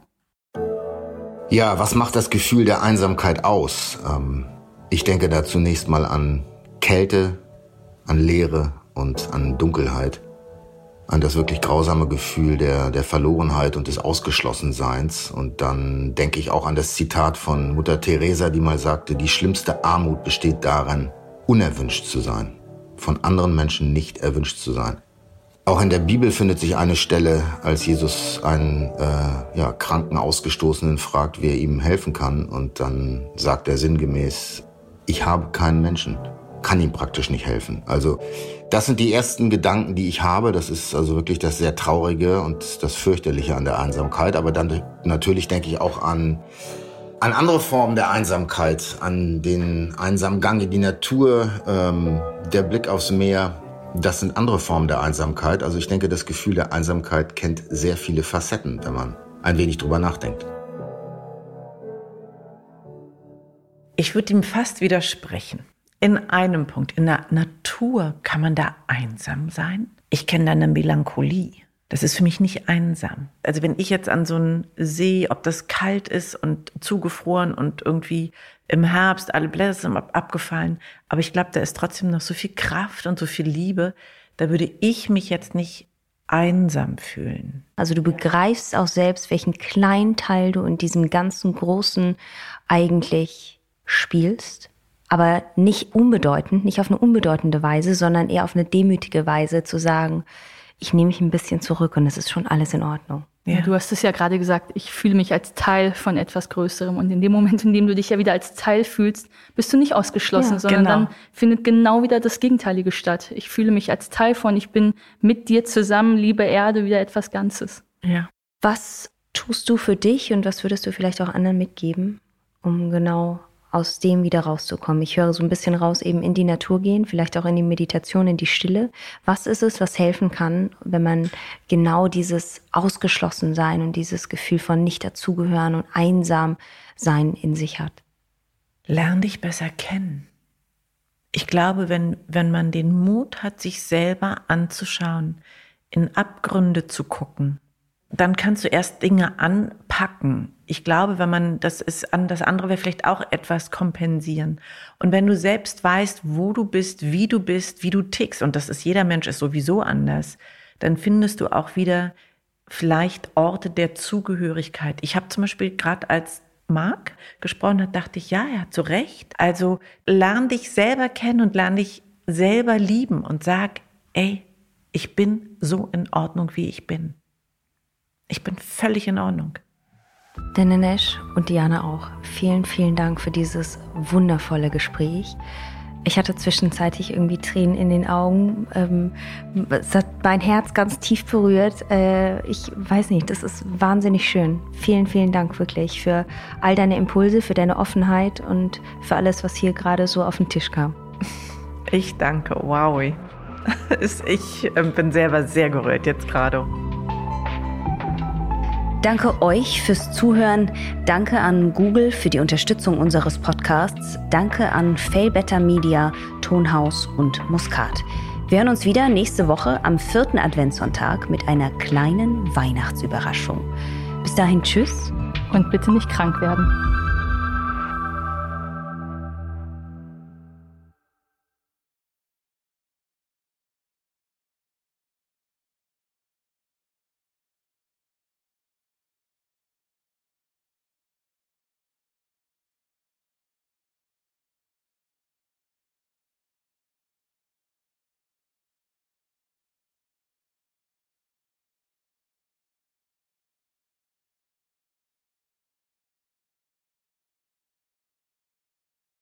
Speaker 7: Ja, was macht das Gefühl der Einsamkeit aus? Ähm, ich denke da zunächst mal an Kälte, an Leere und an Dunkelheit. an das wirklich grausame Gefühl der, der Verlorenheit und des Ausgeschlossenseins. Und dann denke ich auch an das Zitat von Mutter Teresa, die mal sagte, die schlimmste Armut besteht darin, unerwünscht zu sein, von anderen Menschen nicht erwünscht zu sein. Auch in der Bibel findet sich eine Stelle, als Jesus einen äh, ja, kranken Ausgestoßenen fragt, wie er ihm helfen kann. Und dann sagt er sinngemäß, ich habe keinen Menschen, kann ihm praktisch nicht helfen. Also das sind die ersten Gedanken, die ich habe. Das ist also wirklich das sehr Traurige und das Fürchterliche an der Einsamkeit. Aber dann natürlich denke ich auch an, an andere Formen der Einsamkeit, an den einsamen Gang in die Natur, ähm, der Blick aufs Meer. Das sind andere Formen der Einsamkeit. Also ich denke, das Gefühl der Einsamkeit kennt sehr viele Facetten, wenn man ein wenig drüber nachdenkt.
Speaker 3: Ich würde ihm fast widersprechen. In einem Punkt, in der Natur kann man da einsam sein. Ich kenne da eine Melancholie. Das ist für mich nicht einsam. Also wenn ich jetzt an so einen See, ob das kalt ist und zugefroren und irgendwie im Herbst alle Blätter sind abgefallen, aber ich glaube, da ist trotzdem noch so viel Kraft und so viel Liebe, da würde ich mich jetzt nicht einsam fühlen.
Speaker 4: Also du begreifst auch selbst, welchen kleinen Teil du in diesem ganzen Großen eigentlich spielst. Aber nicht unbedeutend, nicht auf eine unbedeutende Weise, sondern eher auf eine demütige Weise zu sagen, ich nehme mich ein bisschen zurück und es ist schon alles in Ordnung.
Speaker 5: Ja. Du hast es ja gerade gesagt, ich fühle mich als Teil von etwas Größerem. Und in dem Moment, in dem du dich ja wieder als Teil fühlst, bist du nicht ausgeschlossen, ja, sondern genau. Dann findet genau wieder das Gegenteilige statt. Ich fühle mich als Teil von, ich bin mit dir zusammen, liebe Erde, wieder etwas Ganzes.
Speaker 3: Ja.
Speaker 4: Was tust du für dich und was würdest du vielleicht auch anderen mitgeben, um genau aus dem wieder rauszukommen? Ich höre so ein bisschen raus, eben in die Natur gehen, vielleicht auch in die Meditation, in die Stille. Was ist es, was helfen kann, wenn man genau dieses Ausgeschlossensein und dieses Gefühl von nicht dazugehören und einsam sein in sich hat?
Speaker 3: Lern dich besser kennen. Ich glaube, wenn, wenn man den Mut hat, sich selber anzuschauen, in Abgründe zu gucken, dann kannst du erst Dinge anpacken. Ich glaube, wenn man das ist, an das andere wäre vielleicht auch etwas kompensieren. Und wenn du selbst weißt, wo du bist, wie du bist, wie du tickst, und das ist, jeder Mensch ist sowieso anders, dann findest du auch wieder vielleicht Orte der Zugehörigkeit. Ich habe zum Beispiel gerade als Marc gesprochen hat, dachte ich, ja, er hat so recht. Also lern dich selber kennen und lern dich selber lieben und sag, ey, ich bin so in Ordnung, wie ich bin. Ich bin völlig in Ordnung.
Speaker 4: Denenesh und Diana auch. Vielen, vielen Dank für dieses wundervolle Gespräch. Ich hatte zwischenzeitlich irgendwie Tränen in den Augen. Ähm, es hat mein Herz ganz tief berührt. Äh, ich weiß nicht, das ist wahnsinnig schön. Vielen, vielen Dank wirklich für all deine Impulse, für deine Offenheit und für alles, was hier gerade so auf den Tisch kam.
Speaker 3: Ich danke. Wow. Ich bin selber sehr gerührt jetzt gerade.
Speaker 4: Danke euch fürs Zuhören. Danke an Google für die Unterstützung unseres Podcasts. Danke an Fail Better Media, Tonhaus und Muscat. Wir hören uns wieder nächste Woche am vierten Adventssonntag mit einer kleinen Weihnachtsüberraschung. Bis dahin, tschüss.
Speaker 5: Und bitte nicht krank werden.